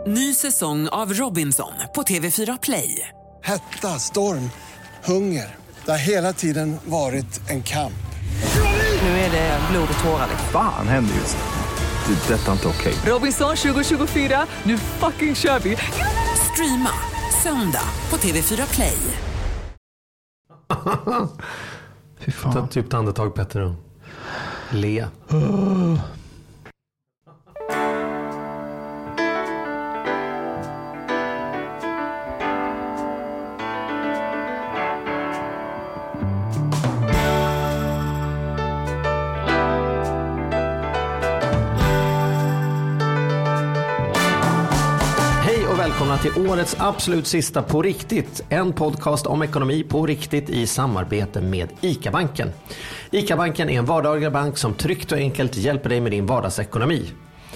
Ny säsong av Robinson på TV4 Play. Hetta, storm, hunger. Det har hela tiden varit en kamp. Nu är det blod och tårar. Fan händer just nu. Det. Detta är inte okej. Robinson 2024, nu fucking kör vi. Streama söndag på TV4 Play. Fy fan. Ta typ andetag, Petter, och le. Välkomna till årets absolut sista På riktigt. En podcast om ekonomi på riktigt i samarbete med ICA-banken. ICA-banken är en vardaglig bank som tryggt och enkelt hjälper dig med din vardagsekonomi.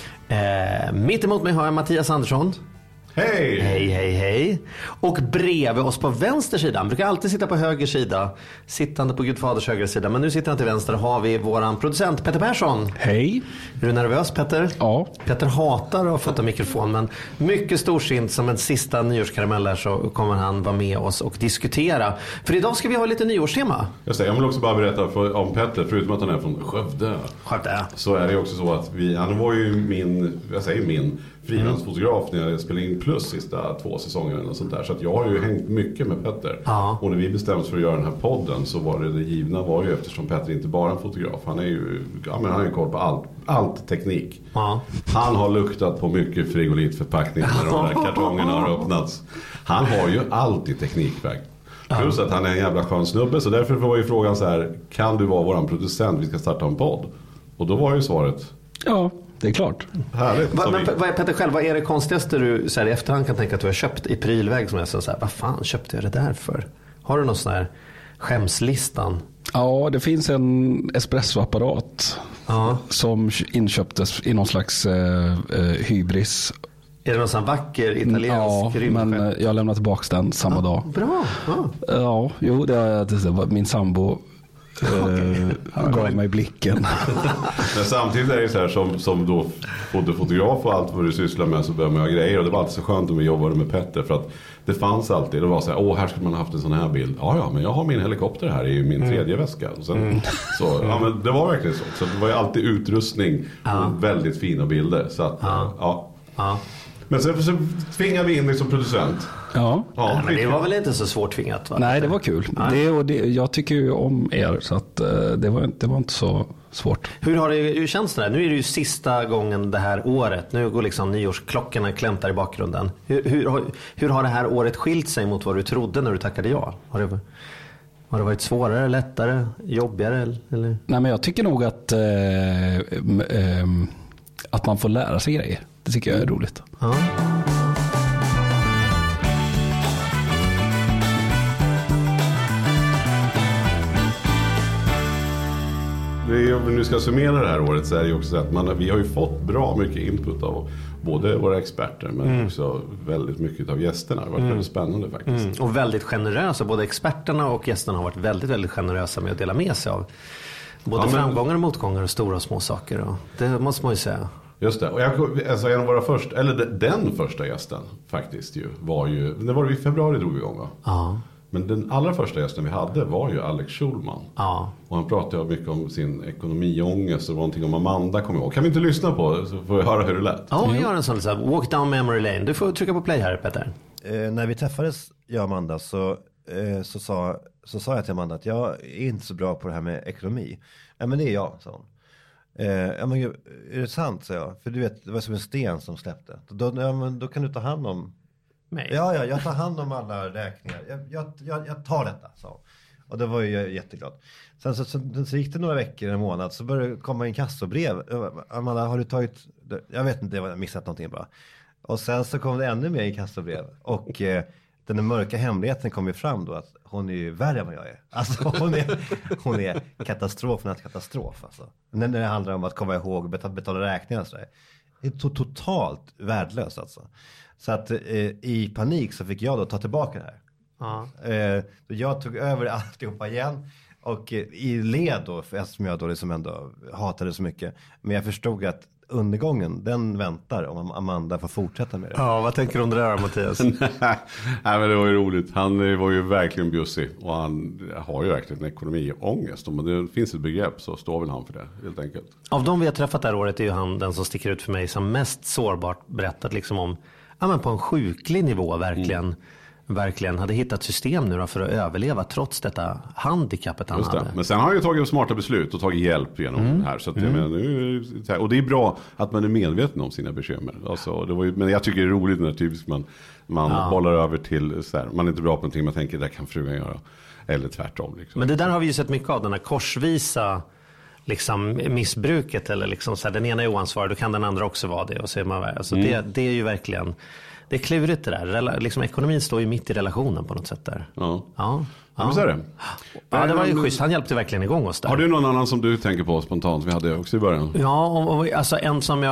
Mitt emot mig har jag Mattias Andersson. Hej! Hej. Och bredvid oss på vänster sida, han brukar alltid sitta på höger sida, sittande på Gud faders högra sida, men nu sitter han till vänster, har vi våran producent Petter Persson. Hej. Är du nervös, Petter? Ja. Petter hatar att få ta mikrofon, men mycket storsint som en sista nyårskaramell där så kommer han vara med oss och diskutera. För idag ska vi ha lite nyårstema. Jag vill också bara berätta om Petter, förutom att han är från Skövde. Så är det också så att han var ju min frilansfotograf när jag spelade in plus sista 2 säsongerna och sånt där. Så att jag har ju hängt mycket med Petter. Ja. Och när vi bestämde för att göra den här podden så var det givna var ju, eftersom Petter inte bara är en fotograf. Han är ju, han har ju koll på allt teknik. Ja. Han har luktat på mycket frigolitförpackningar när de där kartongerna har öppnats. Han har ju alltid teknikväg. Plus att han är en jävla skön snubbe. Så därför var ju frågan så här: kan du vara våran producent? Vi ska starta en podd. Och då var ju svaret: ja. Det är klart. Härligt. Men Petter själv, vad är det konstigaste du så här, i efterhand kan tänka att du har köpt i prylväg som jag så här, vad fan köpte jag det där för? Har du någon sån här skämslistan? Ja, det finns en espressoapparat som inköptes i någon slags hybris. Är det någon sån vacker italiensk rymdskepp? Men jag lämnade tillbaka den samma dag. Bra. Ja, jo, det var min sambo. Han gav mig blicken. Men samtidigt är det så här som då både fotograf och allt vad du sysslar med, så börjar man göra grejer. Och det var alltid så skönt om vi jobbade med Petter, för att det fanns alltid, det var så här: här skulle man ha haft en sån här bild. Ja, men jag har min helikopter här i min tredje väska. Och sen, men det var verkligen så det var ju alltid utrustning och väldigt fina bilder. Så att, Men sen tvingar vi in dig som producent. Ja. Men det var väl inte så svårt tvingat, va? Nej, det var kul. Jag tycker ju om er, så att det var inte så svårt. Hur känns det där? Nu är det ju sista gången det här året. Nu går liksom nyårsklockorna klämtar i bakgrunden. Hur har det här året skilt sig mot vad du trodde när du tackade ja? Har det varit svårare, lättare, jobbigare? Eller? Nej, men jag tycker nog att man får lära sig grejer. Det tycker jag är roligt. Ja. Om vi nu ska summera det här året, så är det ju också så att vi har ju fått bra mycket input av både våra experter men också väldigt mycket av gästerna. Det har varit väldigt spännande faktiskt. Och väldigt generösa. Både experterna och gästerna har varit väldigt, väldigt generösa med att dela med sig av både framgångar och motgångar och stora och små saker. Och det måste man ju säga. Just det. Och en av våra första, eller den första gästen faktiskt ju, det var i februari drog vi igång, va? Ja. Men den allra första gästen vi hade var ju Alex Schulman. Ja. Och han pratade mycket om sin ekonomiångest och någonting om Amanda, kommer jag ihåg. Kan vi inte lyssna på, så får vi höra hur det lät? Ja, vi gör en sån här walk down memory lane. Du får trycka på play här, Petter. När vi träffades, jag och Amanda, så sa jag till Amanda att jag är inte så bra på det här med ekonomi. Ja, men det är jag, sa hon. Ja, men är det sant, sa jag. För du vet, det var som en sten som släppte. Då kan du ta hand om mig. Ja, jag tar hand om alla räkningar. Jag tar detta, sa hon. Och då var jag jätteglad. Sen så gick det några veckor, en månad, så började det komma in kassabrev. Amanda, har du tagit... Jag vet inte, jag har missat någonting bara. Och sen så kom det ännu mer i kassabrev. Och den mörka hemligheten kom ju fram då, att hon är ju värre än vad jag är. Alltså hon är katastrof alltså. När det handlar om att komma ihåg och betala räkningar och sådär. Det är totalt värdelöst alltså. Så att i panik så fick jag då ta tillbaka det här. Jag tog över alltihopa igen. Och i led då, eftersom jag då liksom ändå hatade så mycket. Men jag förstod att undergången, den väntar om Amanda får fortsätta med det. Ja, vad tänker du om det där, Mattias? Nej, men det var ju roligt. Han var ju verkligen bjussig och han har ju verkligen en ekonomiångest. Om det finns ett begrepp så står väl han för det, helt enkelt. Av de vi har träffat det här året är ju han den som sticker ut för mig som mest sårbart berättat liksom om, ja men på en sjuklig nivå verkligen hade hittat system nu då för att överleva trots detta handikappet han hade. Men sen har han ju tagit smarta beslut och tagit hjälp genom det här. Så att och det är bra att man är medveten om sina bekymmer. Alltså, men jag tycker det är roligt när typiskt man bollar över till så här, man är inte bra på någonting, man tänker det kan frugan göra. Eller tvärtom. Liksom. Men det där har vi ju sett mycket av, den här korsvisa liksom missbruket eller liksom så här, den ena är oansvarig, då kan den andra också vara det. Och så är man, alltså det är ju verkligen, det är klurigt det där. Liksom, ekonomin står ju mitt i relationen på något sätt där. Ja. Men så är det. Ja, det var ju schysst. Han hjälpte verkligen igång oss där. Har du någon annan som du tänker på spontant? Vi hade också i början. Ja, alltså en som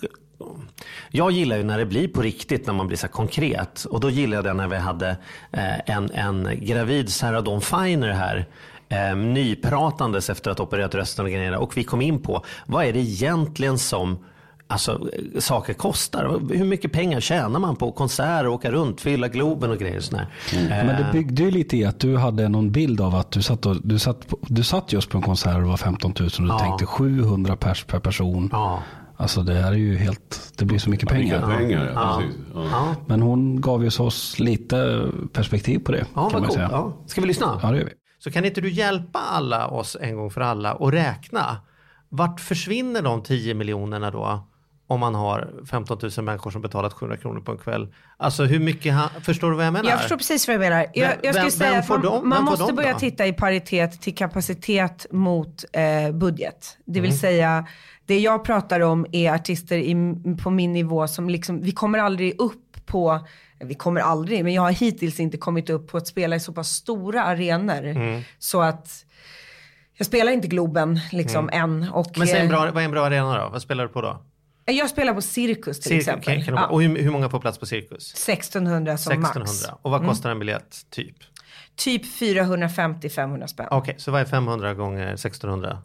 jag gillar ju när det blir på riktigt, när man blir så konkret. Och då gillar jag det när vi hade en gravid Sarah Dawn Finer här. Nypratandes efter att opererat rösten och grejer. Och vi kom in på, vad är det egentligen som saker kostar? Hur mycket pengar tjänar man på konserter, åka runt, fylla Globen och grejer sådär. Men det byggde ju lite i att du hade någon bild av att du satt just på en konsert och det var 15 000 och du tänkte 700 pers per person. Alltså det här är ju helt, det blir så mycket pengar. Precis. Men hon gav ju oss lite perspektiv på det. Ja, vad coolt. Ja. Ska vi lyssna? Ja, det gör vi. Så kan inte du hjälpa alla oss en gång för alla och räkna? Vart försvinner de 10 miljonerna då? Om man har 15 000 människor som betalat 700 kronor på en kväll. Alltså hur mycket, förstår du vad jag menar? Jag förstår precis vad jag menar. Jag skulle säga att man måste börja titta i paritet till kapacitet mot budget. Det vill säga, det jag pratar om är artister på min nivå som liksom, vi kommer aldrig upp på, men jag har hittills inte kommit upp på att spela i så pass stora arenor. Så att jag spelar inte Globen liksom än. Men säg vad är en bra arena då? Vad spelar du på då? Jag spelar på Cirkus till exempel. Och hur många får plats på Cirkus? 1600 som 1600. max. Och vad kostar en biljett typ? Typ 450-500 spänn. Okej, så vad är 500 gånger 1600?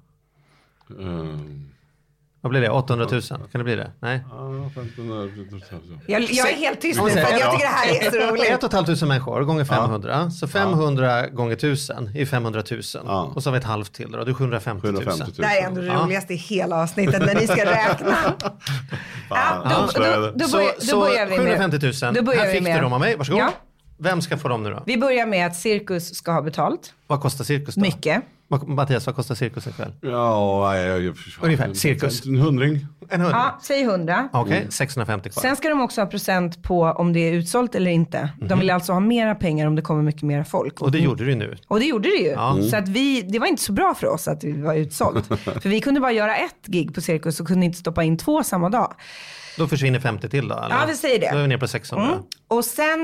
Vad blir det? 800 000? Kan det bli det? Nej? Jag är helt tyst nu för jag tycker det här är så roligt. 1 500 människor gånger 500. Så 500 gånger 1000 är 500 000. Och så har vi ett halvt till då. Det är 750 000. Det här är ändå det roligaste i hela avsnittet när ni ska räkna. Då börjar vi med 750 000. Här fick du dem av mig. Varsågod. Ja. Vem ska få dem nu då? Vi börjar med att Cirkus ska ha betalt. Vad kostar Cirkus då? Mycket. Mattias, vad kostar Cirkus en kväll? Ja, ungefär. Cirkus. En hundring. Ja, säg 100. Okej, 650 kvar. Sen ska de också ha procent på om det är utsålt eller inte. De vill alltså ha mera pengar om det kommer mycket mera folk. Och det gjorde du nu. Och det gjorde det ju. Så att det var inte så bra för oss att vi var utsålt. För vi kunde bara göra ett gig på Cirkus och kunde inte stoppa in 2 samma dag. Då försvinner 50 till då? Eller? Ja, vi säger det. Då är vi ner på 600. Och sen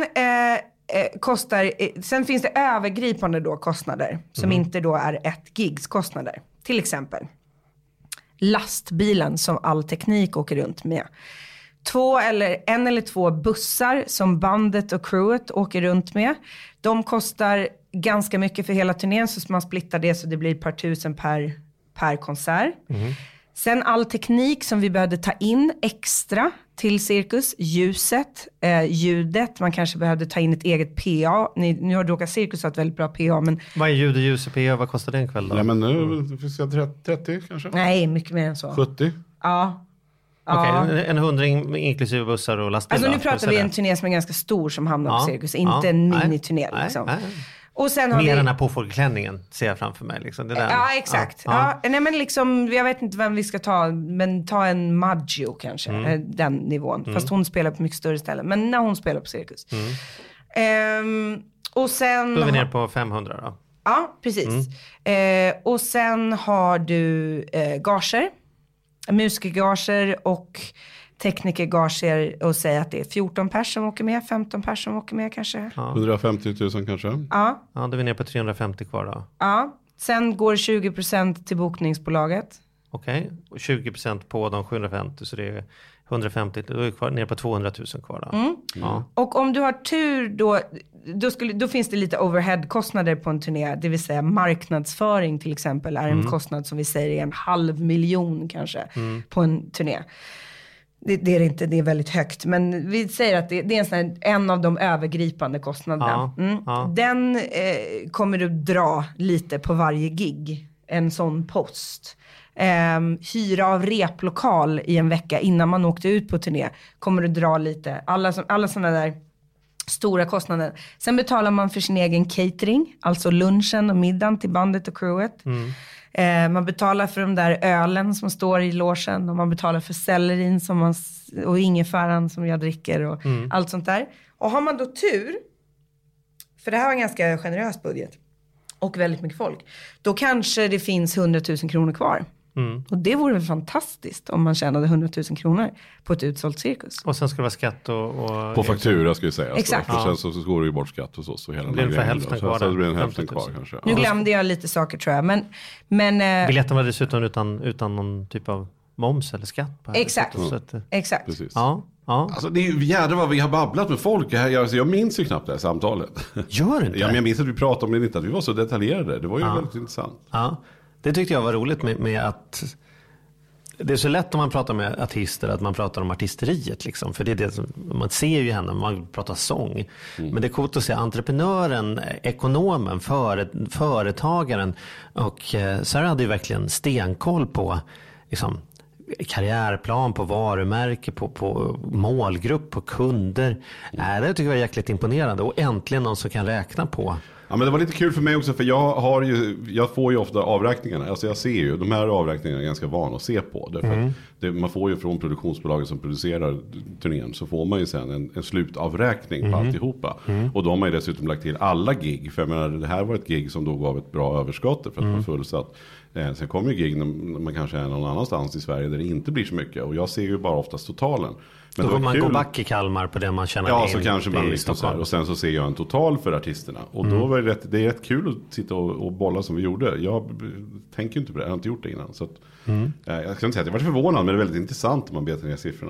sen finns det övergripande då kostnader som inte då är ett gigs kostnader. Till exempel lastbilen som all teknik åker runt med. 1 eller 2 bussar som bandet och crewet åker runt med. De kostar ganska mycket för hela turnén, så man splittar det så det blir ett par tusen per konsert. Sen all teknik som vi behövde ta in extra till Cirkus, ljuset, ljudet, man kanske behövde ta in ett eget PA. Nu har du åkat Cirkus och ett väldigt bra PA, men... Vad är ljud och ljus och PA? Vad kostar det en kväll då? Nej, men nu finns det 30 kanske? Nej, mycket mer än så. 70? Ja. Okej, en hundring inklusive bussar och lastbilar. Alltså nu pratar vi en turné som är ganska stor som hamnar på Cirkus, inte en miniturné liksom. Nej. Och sen har mer den här påfågelklänningen ser jag framför mig. Liksom. Ja, exakt. Ja. Nej, men liksom, jag vet inte vem vi ska ta, men ta en Maggio kanske, den nivån. Fast hon spelar på mycket större ställen. Men när hon spelar på Cirkus. Och sen... Då är vi ner på 500 då. Ja, precis. Och sen har du gager, musikergager och teknikergager, och säga att det är 14 pers som åker med, 15 pers som åker med kanske. 150 000 kanske. Ja, då är vi ner på 350 kvar då. Ja, sen går 20% till bokningsbolaget. Okej, och 20% på de 750, så det är 150, då är det kvar, ner på 200 000 kvar då. Ja. Och om du har tur då finns det lite overhead-kostnader på en turné. Det vill säga marknadsföring till exempel är en kostnad som vi säger är 500 000 kanske på en turné. Det är inte, det är väldigt högt. Men vi säger att det är en av de övergripande kostnaderna. Den kommer du dra lite på varje gig. En sån post. Hyra av replokal i en vecka innan man åkte ut på turné. Kommer du dra lite. Alla sådana där stora kostnader. Sen betalar man för sin egen catering. Alltså lunchen och middagen till bandet och crewet. Man betalar för de där ölen som står i logen. Och man betalar för sellerin och ingefäran som jag dricker. Och allt sånt där. Och har man då tur. För det här var en ganska generös budget. Och väldigt mycket folk. Då kanske det finns 100 000 kronor kvar. Och det vore fantastiskt om man tjänade 100 000 kronor på ett utsålt cirkus. Och sen ska det vara skatt och på faktura ska vi säga. Exakt. För sen så går det ju bort skatt hos oss. Och hela det blir hälften kvar. Så det blir en hälften kvar kanske. Nu glömde jag lite saker tror jag. Men biljetten var dessutom utan någon typ av moms eller skatt på. Exakt. Exakt. Precis. Ja. Alltså det är jädrar vad vi har babblat med folk. Jag minns ju knappt det här samtalet. Gör inte? Ja, men jag minns att vi pratade om det inte, att vi var så detaljerade. Det var ju väldigt intressant. Ja, det tyckte jag var roligt med att det är så lätt om man pratar med artister att man pratar om artisteriet liksom. För det är det som man ser ju henne, man pratar sång. Men det är coolt att se entreprenören, ekonomen, företagaren. Och Sarah hade ju verkligen stenkoll på liksom karriärplan, på varumärke, på målgrupp, på kunder. Det tycker jag är jäkligt imponerande. Och äntligen någon som kan räkna på. Ja, men det var lite kul för mig också, för jag får ju ofta avräkningarna. Alltså jag ser ju, de här avräkningarna är ganska van att se på. Därför att man får ju från produktionsbolaget som producerar turnén, så får man ju sen en slutavräkning på alltihopa. Och de har ju dessutom lagt till alla gig. För jag menar, det här var ett gig som då gav ett bra överskott för att man fullsatt. Sen kommer ju gig när man kanske är någon annanstans i Sverige där det inte blir så mycket. Och jag ser ju bara oftast totalen. Men då får man gå back i Kalmar på det man känner. Ja, så kanske man liksom så här, och sen så ser jag en total för artisterna. Och då var det är rätt kul att sitta och bolla som vi gjorde. Jag tänker inte på det, jag har inte gjort det innan. Så att, jag kan inte säga att jag var förvånad, men det är väldigt intressant om man betar ner siffrorna.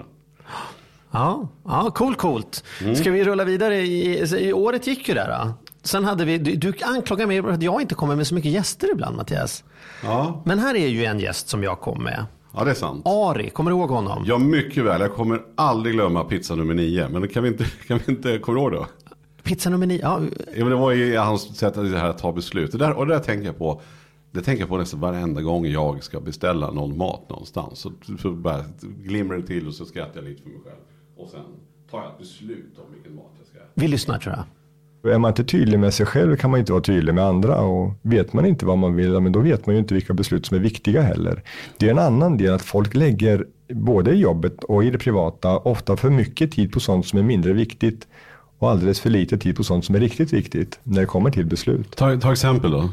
Ja, coolt. Ska vi rulla vidare? I året gick ju där då. Sen hade vi, du anklagar mig för att jag inte kommer med så mycket gäster ibland, Mattias. Ja. Men här är ju en gäst som jag kom med. Ja, det är sant. Ari, kommer du ihåg honom? Ja, mycket väl. Jag kommer aldrig glömma pizza nummer 9. Men kan vi inte komma ihåg då? Pizza nummer 9, ja. Ja, men det var ju hans sätt att ta beslut. Det där tänker jag på. Det tänker jag på nästan varenda gång jag ska beställa någon mat någonstans. Så bara glimrar det till och så skrattar jag lite för mig själv. Och sen tar jag ett beslut om vilken mat jag ska äta. Vi lyssnar, tror jag. Är man inte tydlig med sig själv kan man inte vara tydlig med andra, och vet man inte vad man vill, men då vet man ju inte vilka beslut som är viktiga heller. Det är en annan del att folk lägger både i jobbet och i det privata ofta för mycket tid på sånt som är mindre viktigt och alldeles för lite tid på sånt som är riktigt viktigt när det kommer till beslut. Ta exempel då.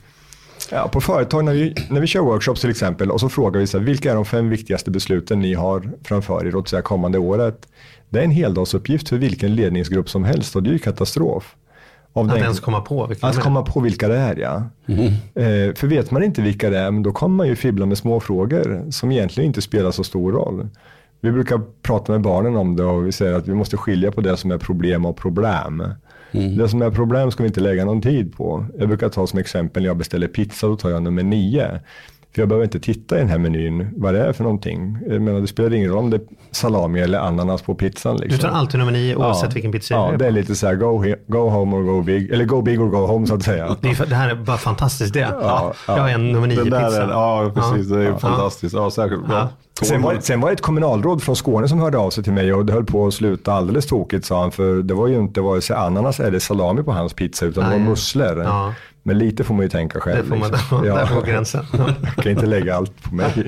Ja, på företag när vi kör workshops till exempel, och så frågar vi så här, vilka är de 5 viktigaste besluten ni har framför er, låt säga kommande året. Det är en heldagsuppgift för vilken ledningsgrupp som helst, och det är ju katastrof. Att ens komma på vilka det är, ja. För vet man inte vilka det är, men då kommer man ju fibbla med små frågor som egentligen inte spelar så stor roll. Vi brukar prata med barnen om det, och vi säger att vi måste skilja på det som är problem och problem. Det som är problem ska vi inte lägga någon tid på. Jag brukar ta som exempel, när jag beställer pizza, då tar jag nummer 9. För jag behöver inte titta i den här menyn vad det är för någonting. Men det spelar ingen roll om det är salami eller ananas på pizzan. Liksom. Du tar alltid nummer 9 oavsett vilken pizza det är. Ja, det är lite så här go home or go big. Eller go big or go home, så att säga. Det här är bara fantastiskt det. Jag har en nummer 9-pizza. Ja, precis. Det är fantastiskt. Ja, säkert bra. Sen var det ett kommunalråd från Skåne som hörde av sig till mig, och det höll på att sluta alldeles tokigt, sa han. För det var ju inte vare sig ananas eller salami på hans pizza, utan det var musslor. Ja. Men lite får man ju tänka själv. Det får man, liksom. Där får gränsen. Jag kan inte lägga allt på mig.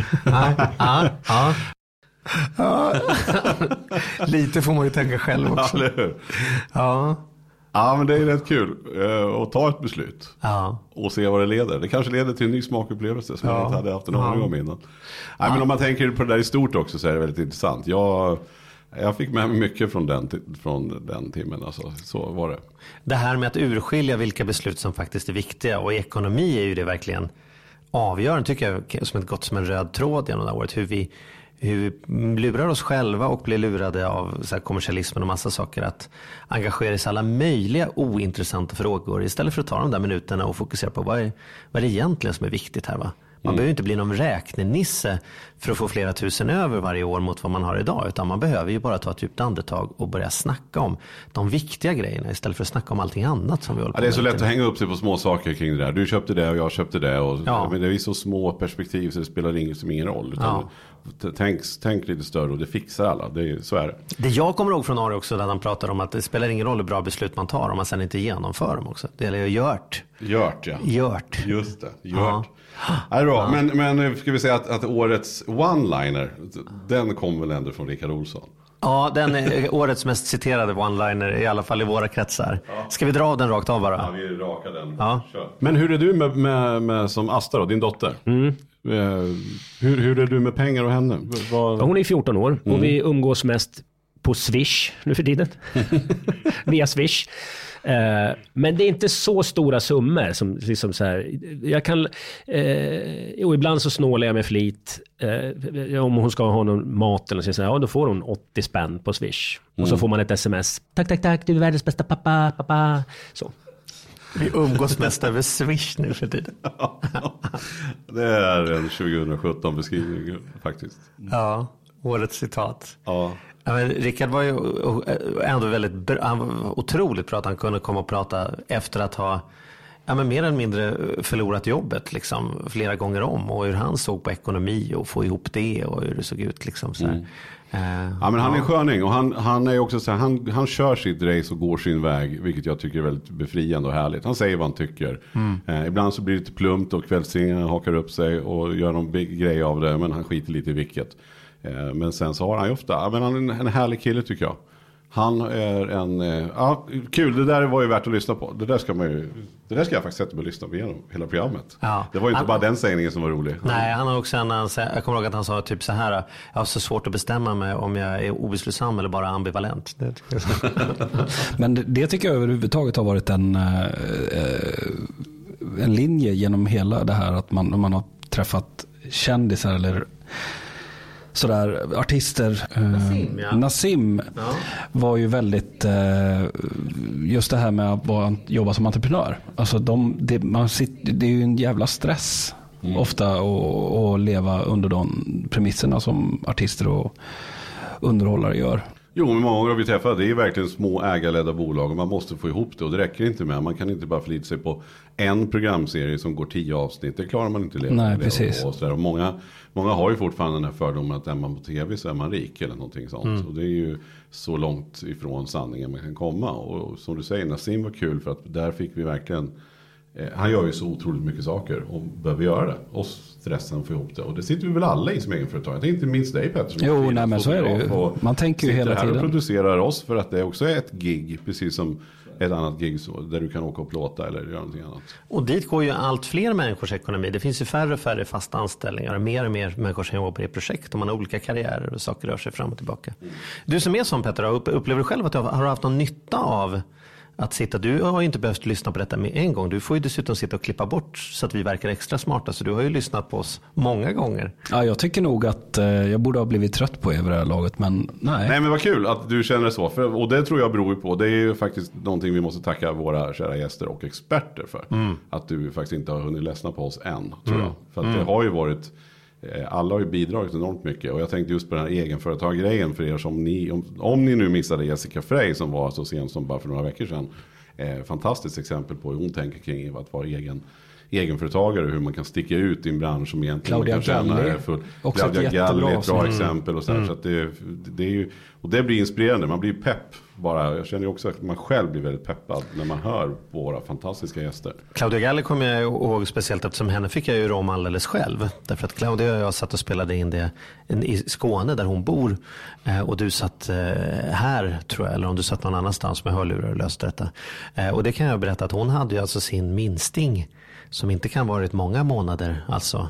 Lite får man ju tänka själv också. Ja, men det är rätt kul att ta ett beslut och se vad det leder. Det kanske leder till en ny smakupplevelse som jag inte hade haft en aning om innan. Nej, men om man tänker på det där i stort också, så är det väldigt intressant. Jag fick med mig mycket från den timmen. Alltså, så var det. Det här med att urskilja vilka beslut som faktiskt är viktiga, och i ekonomi är ju det verkligen avgörande, tycker jag, som ett gott som en röd tråd genom det här året. hur vi lurar oss själva och blir lurade av så här kommersialismen och massa saker att engagera oss i alla möjliga ointressanta frågor istället för att ta de där minuterna och fokusera på vad är det egentligen som är viktigt här, va? Man behöver inte bli någon räknenisse för att få flera tusen över varje år mot vad man har idag, utan man behöver ju bara ta ett djupt andetag och börja snacka om de viktiga grejerna istället för att snacka om allting annat som vi håller på med. Det är så lätt att hänga upp sig på små saker kring det där. Du köpte det och jag köpte det. Och, men det är så små perspektiv så det spelar ingen roll. Utan tänk lite större och det fixar alla. Så är det. Det jag kommer ihåg från Ari också, där han pratar om att det spelar ingen roll hur bra beslut man tar om man sen inte genomför dem också. Det gäller ju Gjört. Just det, Gjört. Ja, bra. Men ska vi säga att årets one-liner, den kom väl ändå från Rickard Olsson? Ja, den är årets mest citerade one-liner, i alla fall i våra kretsar. Ska vi dra den rakt av bara? Ja, vi rakar den. Ja. Men hur är du med som Asta då, din dotter? Hur är du med pengar och henne? Hon är 14 år och vi umgås mest på Swish nu för tiden. Via Swish. Men det är inte så stora summor som liksom så här, jag kan ibland så snålar jag med flit om hon ska ha någon mat eller så här, då får hon 80 spänn på Swish och så får man ett sms, tack, du är världens bästa pappa, så. Vi umgås mest över Swish nu för tiden. Det är en 2017 beskrivning faktiskt. Ja, årets citat. Ja. Men Rickard var ju ändå han var otroligt bra att han kunde komma och prata efter att ha mer eller mindre förlorat jobbet liksom, flera gånger om, och hur han såg på ekonomi och få ihop det och hur det såg ut liksom, så här. Ja, men han är en sköning och han är också så här, han kör sitt race och går sin väg, vilket jag tycker är väldigt befriande och härligt. Han säger vad han tycker. Ibland så blir det lite plumpt och kvällstidningarna hakar upp sig och gör någon grej av det, men han skiter lite i vilket. Men sen så har han ju ofta, han är en härlig kille tycker jag. Han är kul, det där var ju värt att lyssna på. Det där ska jag faktiskt sätta mig och lyssna på genom hela programmet. Ja. Det var ju inte bara den sägningen som var rolig. Nej, han har också jag kommer ihåg att han sa typ så här: jag har så svårt att bestämma mig om jag är obeslutsam eller bara ambivalent. Men det tycker jag överhuvudtaget har varit en linje genom hela det här, att man har träffat kändisar eller sådär, artister. Nassim var ju väldigt just det här med att jobba som entreprenör. Alltså det är ju en jävla stress ofta att leva under de premisserna som artister och underhållare gör. Jo, men många gånger vi träffar, det är verkligen små ägarledda bolag och man måste få ihop det, och det räcker inte med. Man kan inte bara förlita sig på en programserie som går 10 avsnitt. Det klarar man inte leva. Nej, precis. Och många har ju fortfarande den här fördomen att är man på tv så är man rik eller någonting sånt. Och det är ju så långt ifrån sanningen man kan komma. Och som du säger, Nassim var kul för att där fick vi verkligen, han gör ju så otroligt mycket saker och behöver göra det. Och stressen får ihop det. Och det sitter vi väl alla i som egenföretagare. Det är inte minst dig, Petter. Jo, nej, men så är det ju. Man tänker ju hela tiden. Här och producerar oss för att det också är ett gig, precis som ett annat gig där du kan åka och plåta eller göra någonting annat. Och dit går ju allt fler människors ekonomi. Det finns ju färre och färre fasta anställningar och mer människor som jobbar i projekt, och man har olika karriärer och saker rör sig fram och tillbaka. Du som är som Petter, upplever du själv att du har haft någon nytta av att sitta? Du har ju inte behövt lyssna på detta med en gång. Du får ju dessutom sitta och klippa bort så att vi verkar extra smarta. Så du har ju lyssnat på oss många gånger. Ja, jag tycker nog att jag borde ha blivit trött på er vid det här laget, men nej. Nej, men vad kul att du känner så. Och det tror jag beror på. Det är ju faktiskt någonting vi måste tacka våra kära gäster och experter för. Att du faktiskt inte har hunnit lyssna på oss än, tror jag. För att det har ju varit, alla har ju bidragit enormt mycket. Och jag tänkte just på den här egenföretaggrejen för er som om ni nu missade Jessica Frey som var så sent som bara för några veckor sedan. Fantastiskt exempel på hur hon tänker kring att vara egenföretagare, hur man kan sticka ut i en bransch som egentligen Claudia man kan känna är full. Claudia Galli är ett bra exempel och så här, så att det är ju, och det blir inspirerande, man blir pepp bara. Jag känner också att man själv blir väldigt peppad när man hör våra fantastiska gäster. Claudia Galli kommer jag ihåg speciellt eftersom henne fick jag ju rom alldeles själv, därför att Claudia och jag satt och spelade in det i Skåne där hon bor, och du satt här tror jag, eller om du satt någon annanstans med hörlurar och löste detta, och det kan jag berätta att hon hade ju alltså sin minsting som inte kan varit många månader alltså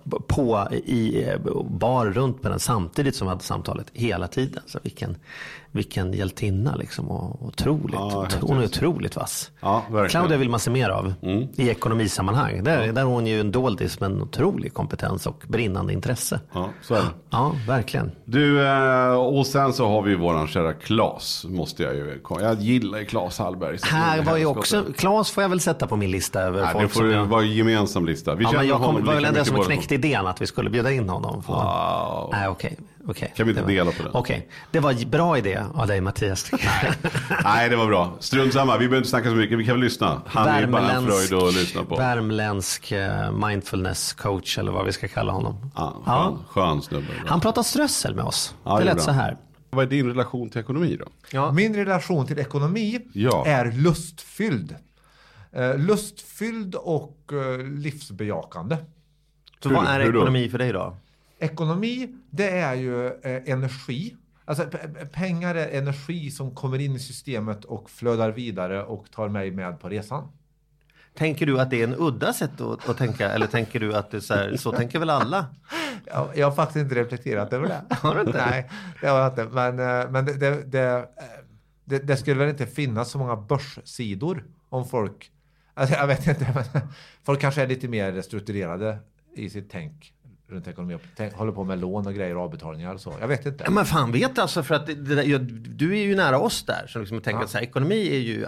bar runt med den samtidigt som vi hade samtalet hela tiden. Så vilken vilken hjältinna liksom. Och otroligt. Hon är otroligt vass. Ja, verkligen. Claudia vill man se mer av i ekonomisammanhang. Där är hon ju en doldis med en otrolig kompetens och brinnande intresse. Ja, så är det. Ja, verkligen. Du, och sen så har vi våran kära Claes, måste jag gillar ju Claes Hallberg. Här var ju också, Claes får jag väl sätta på min lista över folk det får vara en gemensam lista. Vi men jag var väl den som knäckte idén att vi skulle bjuda in honom. Nej, okej. Kan vi inte dela på det? Okej, det var en bra idé av dig, Mattias. Nej, det var bra. Strunt samma, vi behöver inte snacka så mycket. Vi kan väl lyssna. Han är bara en fröjd att lyssna på. Värmländsk mindfulness coach eller vad vi ska kalla honom. Skön snubbe. Han pratar strössel med oss. Det lät så här. Vad är din relation till ekonomi då? Ja. Min relation till ekonomi är lustfylld. Lustfylld och livsbejakande. Så vad är ekonomi för dig då? Ekonomi, det är ju energi. Alltså pengar är energi som kommer in i systemet och flödar vidare och tar mig med på resan. Tänker du att det är en udda sätt att tänka? Eller tänker du att det är så tänker väl alla? Jag har faktiskt inte reflekterat över det. Har du inte? Nej, det har jag inte. Men det skulle väl inte finnas så många börssidor om folk... Alltså jag vet inte, men folk kanske är lite mer strukturerade i sitt tänk runt ekonomi. Håller på med lån och grejer och avbetalningar och så. Jag vet inte. Men fan vet alltså, för att du är ju nära oss där. Så liksom tänker att så här, ekonomi är ju...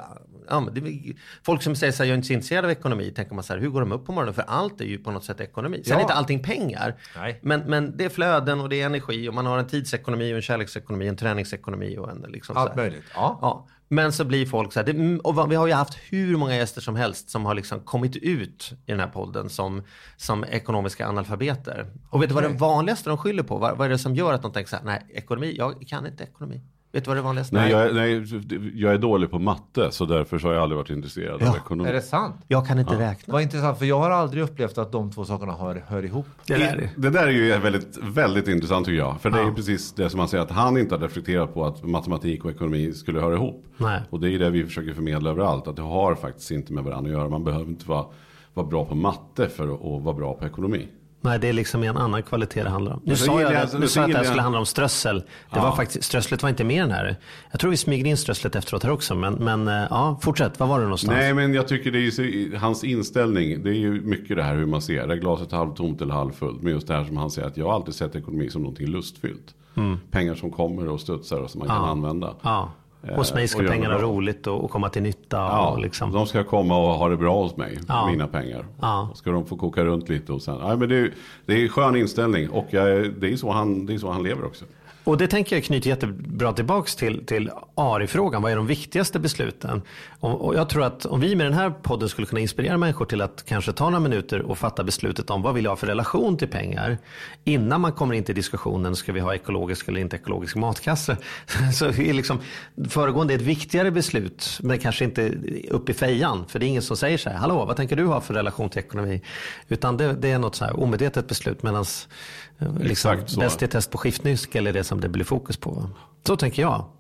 folk som säger så här, jag är inte så intresserad av ekonomi, tänker man så här, hur går de upp på morgonen? För allt är ju på något sätt ekonomi. Sen är inte allting pengar. Nej. Men det är flöden och det är energi och man har en tidsekonomi och en kärleksekonomi, en träningsekonomi och en liksom allt möjligt. Ja. Men så blir folk så här, och vi har ju haft hur många gäster som helst som har liksom kommit ut i den här podden som ekonomiska analfabeter. Och vet du vad det vanligaste de skyller på? Vad är det som gör att de tänker så här, nej, ekonomi, jag kan inte ekonomi. Vet du vad det vanligaste är? Nej, jag är dålig på matte, så därför så har jag aldrig varit intresserad av ekonomi. Är det sant? Jag kan inte räkna. Vad intressant, för jag har aldrig upplevt att de två sakerna hör ihop. Det där är ju väldigt, väldigt intressant tycker jag. För det är ju precis det som man säger, att han inte har reflekterat på att matematik och ekonomi skulle höra ihop. Nej. Och det är det vi försöker förmedla överallt, att det har faktiskt inte med varandra att göra. Man behöver inte vara bra på matte för att vara bra på ekonomi. Nej, det är liksom en annan kvalitet det handlar om. Nu sa jag att det skulle handla om strössel. Det var faktiskt, strösslet var inte mer än här. Jag tror vi smyger in strösslet efteråt här också. Men fortsätt. Vad var det någonstans? Nej, men jag tycker det är ju hans inställning. Det är ju mycket det här hur man ser. Är glaset halvtomt eller halvfullt? Men just det här som han säger, att jag har alltid sett ekonomi som någonting lustfyllt. Pengar som kommer och studsar och som man kan använda. Ja. Hos mig ska pengarna roligt och komma till nytta. Ja, och liksom. De ska komma och ha det bra hos mig, mina pengar. Ja. Ska de få koka runt lite och sen. Men det är en skön inställning och det är så han lever också. Och det tänker jag knyter jättebra tillbaks till ARI-frågan. Vad är de viktigaste besluten? Och jag tror att om vi med den här podden skulle kunna inspirera människor till att kanske ta några minuter och fatta beslutet om vad vill jag ha för relation till pengar. Innan man kommer in till diskussionen, ska vi ha ekologisk eller inte ekologisk matkasse? Så är liksom, föregående är ett viktigare beslut, men kanske inte upp i fejan. För det är ingen som säger så här, hallå, vad tänker du ha för relation till ekonomi? Utan det är något så här omedvetet beslut medans liksom, bäst är test på skiftnyckel är det som det blir fokus på. Så tänker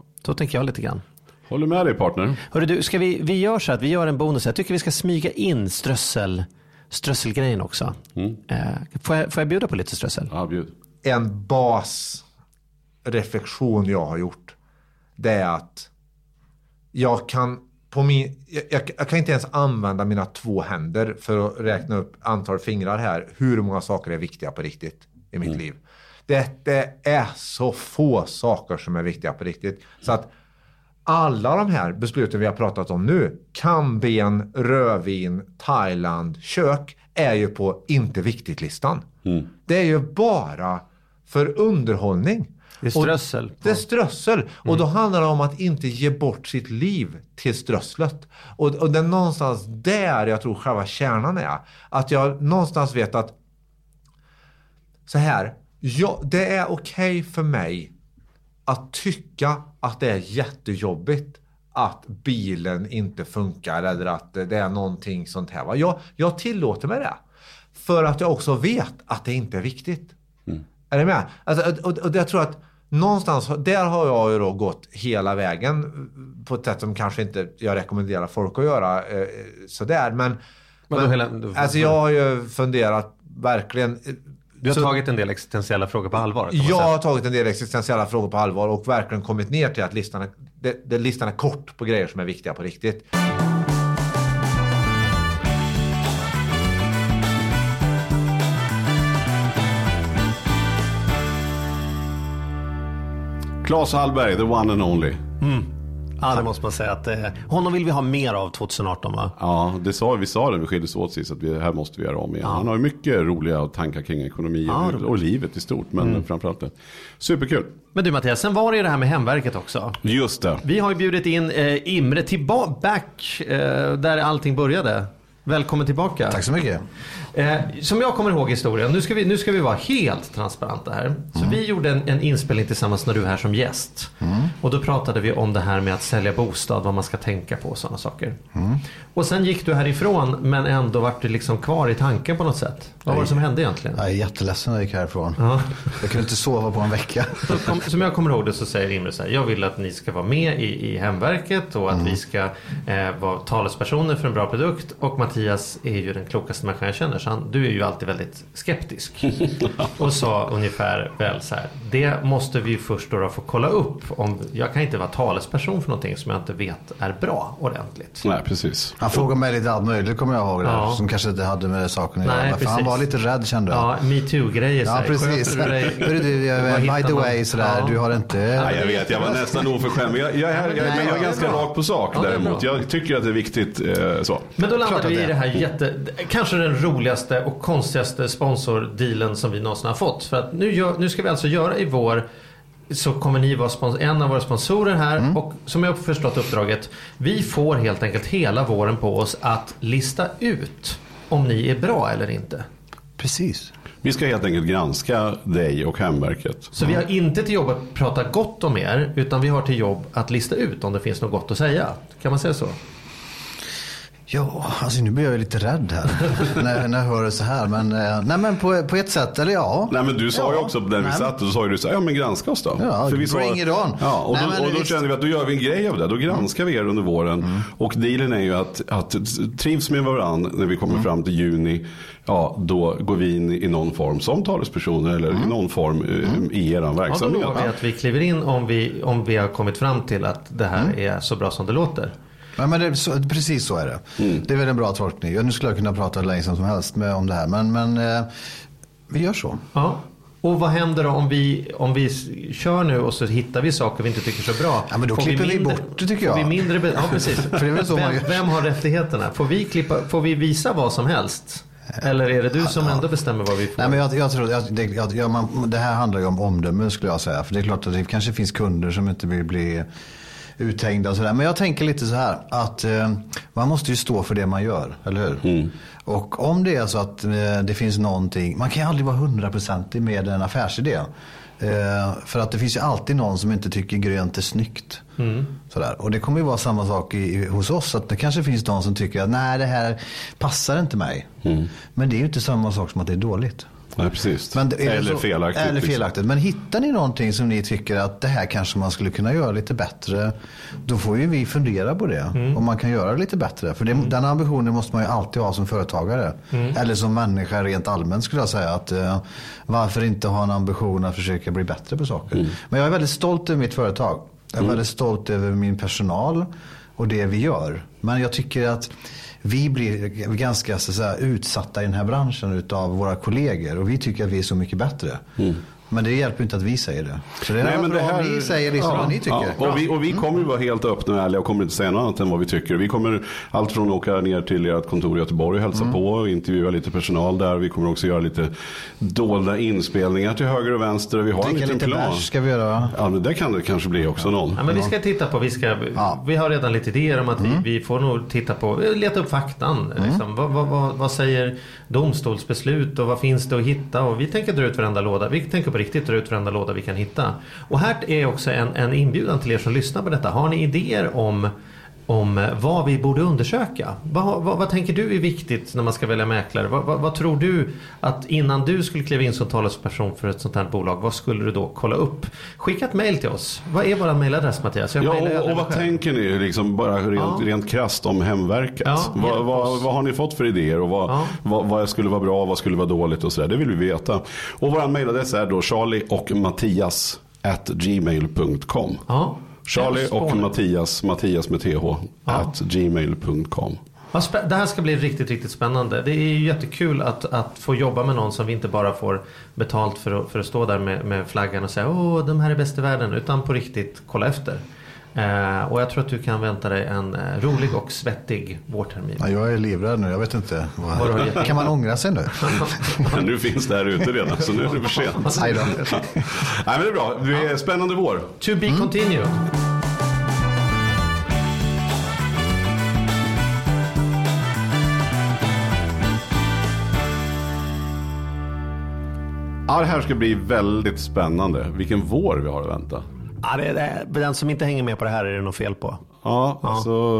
jag lite grann. Håller med dig, partner. Hörru du, ska vi gör så att vi gör en bonus. Jag tycker vi ska smyga in strösselgrejen också. Får jag bjuda på lite strössel? Ja, bjud. En basreflektion jag har gjort, det är att jag kan inte ens använda mina 2 händer för att räkna upp antal fingrar här. Hur många saker är viktiga på riktigt i mitt liv. Det är så få saker som är viktiga på riktigt. Så att alla de här besluten vi har pratat om nu, kamben, rödvin, Thailand, kök, är ju på inte viktigt-listan. Det är ju bara för underhållning. Det är strössel. Det är strössel. Och då handlar det om att inte ge bort sitt liv till strösslet. Och det är någonstans där jag tror själva kärnan är. Att jag någonstans vet att så här, det är okej för mig att tycka att det är jättejobbigt att bilen inte funkar eller att det är någonting sånt här. Jag tillåter mig det. För att jag också vet att det inte är viktigt. Är det med? Alltså, och jag tror att någonstans, där har jag ju då gått hela vägen på ett sätt som kanske inte jag rekommenderar folk att göra sådär. Men alltså jag har ju funderat verkligen. Du har tagit en del existentiella frågor på allvar? Jag har tagit en del existentiella frågor på allvar och verkligen kommit ner till att listan är kort på grejer som är viktiga på riktigt. Claes Hallberg, the one and only. Ja, det måste man säga att honom vill vi ha mer av 2018, va? Ja, vi sa det, vi skildes åt sist att här måste vi göra om igen. Han har ju mycket roliga tankar kring ekonomi och livet i stort, men framförallt det. Superkul. Men du Mattias, sen var det ju det här med hemverket också. Just det. Vi har ju bjudit in Imre back där allting började. Välkommen tillbaka. Tack så mycket. Som jag kommer ihåg historien, nu ska vi vara helt transparenta här. Så vi gjorde en inspelning tillsammans när du är här som gäst. Och då pratade vi om det här med att sälja bostad, vad man ska tänka på och sådana saker. Och sen gick du härifrån, men ändå var du liksom kvar i tanken på något sätt. Vad var det som hände egentligen? Jag är jätteledsen när jag gick härifrån. Jag kunde inte sova på en vecka. Som jag kommer ihåg det så säger Imre så här: jag vill att ni ska vara med i hemverket och att vi ska vara talespersoner för en bra produkt. Och Mattias är ju den klokaste människan jag känner, så du är ju alltid väldigt skeptisk. Och sa ungefär väl så här: det måste vi först då få kolla upp. Jag kan inte vara talesperson för någonting som jag inte vet är bra ordentligt. Nej, precis. Han frågade mig lite allt möjligt, kommer jag ihåg där, som kanske inte hade med saken att göra. För han var lite rädd, kände jag. Ja, MeToo-grejer. Ja, precis. By the way, sådär, du har inte... Ja, jag vet, jag var nästan oförskämd. Men jag är ganska rak på sak däremot. Jag tycker att det är viktigt så. Men då landade vi i det här kanske den roligaste och konstigaste sponsordealen som vi någonsin har fått. För att nu ska vi alltså göra i vår, så kommer ni vara en av våra sponsorer här. Och som jag har förstått uppdraget, vi får helt enkelt hela våren på oss att lista ut om ni är bra eller inte. Precis. Vi ska helt enkelt granska dig och hemverket. Så vi har inte till jobb att prata gott om er, utan vi har till jobb att lista ut om det finns något gott att säga. Kan man säga så? Ja, alltså nu blir jag lite rädd här när jag hör det så här. Men på ett sätt, eller ja. Nej, men du sa ju också när vi satt och så sa ju du så här, men granska oss då. Ja, för vi bring it on. Ja, och då kände vi att då gör vi en grej av det. Då granskar vi er under våren. Och dealen är ju att trivs med varandra när vi kommer fram till juni. Ja, då går vi in i någon form som talespersoner eller i någon form i er verksamhet. Ja, då lovar vi att vi kliver in om vi har kommit fram till att det här är så bra som det låter. Ja, men precis så är det. Det är väl en bra tolkning. Nu skulle jag kunna prata länge som helst om det här. Men vi gör så. Ja. Och vad händer då om vi kör nu och så hittar vi saker vi inte tycker så bra? Ja, men då klipper vi bort det, tycker jag. Får vi mindre ja, precis. För det är väl så vem har rättigheterna? Får vi visa vad som helst? Eller är det du som ändå bestämmer vad vi får? Nej, men jag tror det här handlar ju om omdöme, skulle jag säga. För det är klart att det kanske finns kunder som inte vill bli uthängda och sådär. Men jag tänker lite så här att man måste ju stå för det man gör, eller hur? Och om det är så att det finns någonting, man kan ju aldrig vara 100% med en affärsidé. För att det finns ju alltid någon som inte tycker grönt är snyggt. Sådär. Och det kommer ju vara samma sak hos oss, att det kanske finns någon som tycker att nej, det här passar inte mig. Men det är ju inte samma sak som att det är dåligt. Nej, precis. Men eller felaktigt. Eller felaktigt. Men hittar ni någonting som ni tycker att det här kanske man skulle kunna göra lite bättre, då får ju vi fundera på det. Om man kan göra det lite bättre. För den ambitionen måste man ju alltid ha som företagare. Eller som människa rent allmänt, skulle jag säga. Att varför inte ha en ambition att försöka bli bättre på saker. Men jag är väldigt stolt över mitt företag. Jag är väldigt stolt över min personal och det vi gör. Men jag tycker att vi blir ganska så att säga, utsatta i den här branschen utav våra kollegor. Och vi tycker att vi är så mycket bättre. Men det hjälper inte att vi säger det. Så det är bra om ni säger liksom vad ni tycker. Ja, och vi kommer ju vara helt öppna och ärliga och kommer inte säga något annat än vad vi tycker. Vi kommer allt från att åka ner till ert kontor i Göteborg och hälsa på och intervjua lite personal där. Vi kommer också göra lite dolda inspelningar till höger och vänster. Vi har en liten plan. Bärs ska vi göra, va? Ja, men det kan det kanske bli också någon. Ja, men vi ska titta på, vi har redan lite idéer om att vi får nog titta på, leta upp faktan. Liksom. Vad säger domstolsbeslut och vad finns det att hitta? Och vi tänker dra ut varenda låda. Vi tänker på riktigt dra ut varenda låda vi kan hitta. Och här är också en inbjudan till er som lyssnar på detta. Har ni idéer om om vad vi borde undersöka. Vad tänker du är viktigt när man ska välja mäklare? Vad tror du att innan du skulle kliva in som talesperson för ett sånt här bolag, vad skulle du då kolla upp? Skicka ett mejl till oss. Vad är vår mejladress, Mattias? Och vad tänker ni liksom bara rent krasst om hemverket? Ja, vad har ni fått för idéer och vad skulle vara bra, vad skulle vara dåligt och sådär? Det vill vi veta. Och vår mejladress är då charlieochmattias@gmail.com. Ja. Charlie och Mattias med th @gmail.com. Det här ska bli riktigt, riktigt spännande. Det är ju jättekul att få jobba med någon som vi inte bara får betalt för att stå där med flaggan och säga de här är bäst i världen, utan på riktigt kolla efter. Och jag tror att du kan vänta dig en rolig och svettig vårtermin. Ja, jag är livrädd nu, jag vet inte. Kan man ångra sig nu? Nu finns det här ute redan, så nu är det för sent. Nej, men det är bra, det är spännande vår. To be continued. Ja, det här ska bli väldigt spännande. Vilken vår vi har att vänta. Ja, den som inte hänger med på det här är det nog fel på. Ja, alltså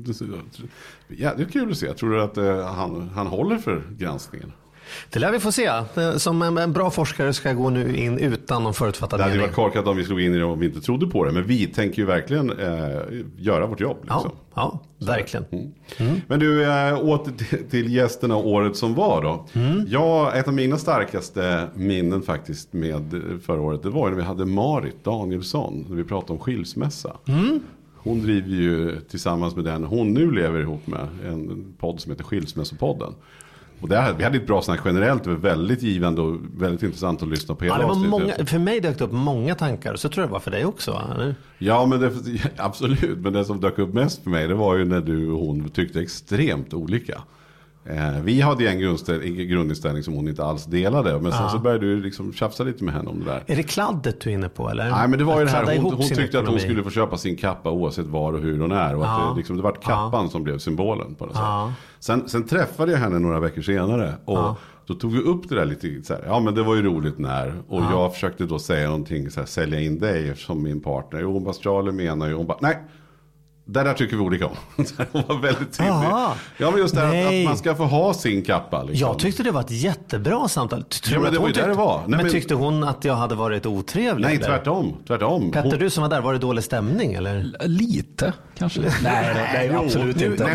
det är kul att se. Jag tror att han håller för granskningen. Det lär vi få se. Som en bra forskare ska gå nu in utan någon förutfattad mening. Det hade varit korkat om vi slog in i det och vi inte trodde på det. Men vi tänker ju verkligen göra vårt jobb. Liksom. Ja, verkligen. Men du, åter till gästerna året som var då. Ett av mina starkaste minnen faktiskt med förra året, det var när vi hade Marit Danielsson. När vi pratade om skilsmässa. Hon driver ju tillsammans med den hon nu lever ihop med en podd som heter Skilsmässopodden. Och vi hade ett bra snack generellt. Det var väldigt givande och väldigt intressant att lyssna på hela avsnittet. För mig dök det upp många tankar. Så tror jag det var för dig också, eller? Ja, men absolut. Men det som dök upp mest för mig, det var ju när du och hon tyckte extremt olika. Vi hade ju en grundinställning som hon inte alls delade. Men sen så började du liksom tjafsa lite med henne om det där. Är det kladdet du är inne på, eller? Nej, men det var ju det här. Hon tyckte att hon skulle få köpa sin kappa oavsett var och hur hon är. Och att det var kappan som blev symbolen på det sättet. Sen träffade jag henne några veckor senare. Och då tog vi upp det där lite så här. Ja, men det var ju roligt när. Och jag försökte då säga någonting så här, sälja in dig som min partner. Och hon bara, Charlie menar ju. Hon bara, nej. Där tycker vi olika om. Hon var väldigt tydlig. Ja, men just det att man ska få ha sin kappa. Liksom. Jag tyckte det var ett jättebra samtal. Men det var ju där det var. Men tyckte hon att jag hade varit otrevlig? Nej, tvärtom. Petter, du som var där, var det dålig stämning, eller? Lite, kanske. Nej, absolut inte.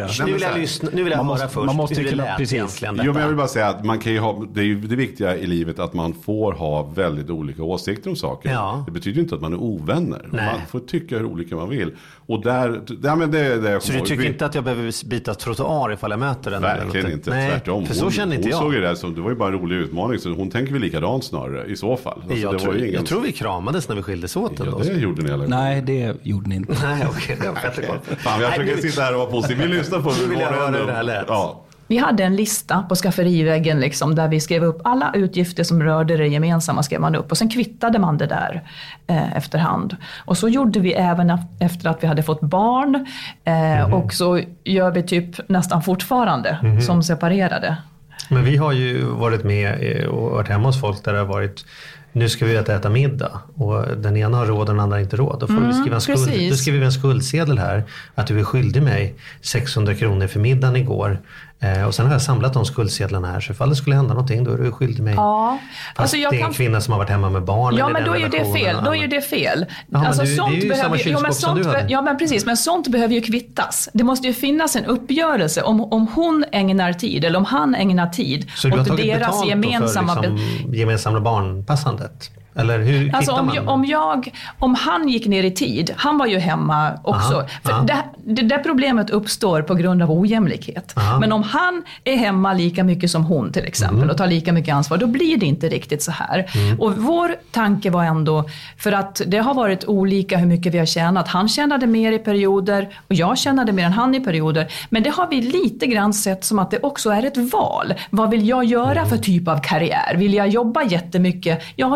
Nu vill jag höra först. Man måste ju precis. Men jag vill bara säga att man kan ju ha, det är ju det viktiga i livet att man får ha väldigt olika åsikter om saker. Ja. Det betyder inte att man är ovänner. Man får tycka hur olika man vill. Och så du tycker inte att jag behöver byta trottoar ifall jag möter den? Verkligen inte, tvärtom. För så kände inte jag. Hon såg ju det som, det var ju bara en rolig utmaning. Så hon tänker väl likadant snarare i så fall. Alltså, jag tror vi kramades när vi skildes åt. Ja, det gjorde ni alla. Nej, det gjorde ni inte. Nej, okej. Det var jättegott. Fan, jag försöker sitta här och vara positiv. Vi lyssnar på hur det här lät. Ja. Vi hade en lista på skafferiväggen liksom, där vi skrev upp alla utgifter som rörde det gemensamma, skrev man upp. Och sen kvittade man det där efterhand. Och så gjorde vi även efter att vi hade fått barn. Och så gör vi typ nästan fortfarande som separerade. Men vi har ju varit med och varit hemma hos folk där det har varit, nu ska vi äta middag och den ena har råd och den andra har inte råd. Då får vi skriva en skuld. Då skriver vi en skuldsedel här att du är skyldig mig 600 kronor för middagen igår. Och sen har jag samlat de skuldsedlarna här, så ifall det skulle hända någonting då är du skyldig mig. Ja. Alltså det är en kvinna som har varit hemma med barn. Ja, men då är ju det fel. Då är ju det fel. Ja, alltså, sånt det är ju samma kylskåp som du hade. Ja, men precis. Men sånt behöver ju kvittas. Det måste ju finnas en uppgörelse om hon ägnar tid eller om han ägnar tid. Så du har tagit betalt för gemensamma barnpassandet? Eller hur alltså om han gick ner i tid, han var ju hemma också. För det där problemet uppstår på grund av ojämlikhet. Men om han är hemma lika mycket som hon till exempel och tar lika mycket ansvar, då blir det inte riktigt så här. Och vår tanke var ändå, för att det har varit olika hur mycket vi har tjänat. Han tjänade mer i perioder och jag tjänade mer än han i perioder. Men det har vi lite grann sett som att det också är ett val. Vad vill jag göra för typ av karriär? Vill jag jobba jättemycket? Ja, då är det väl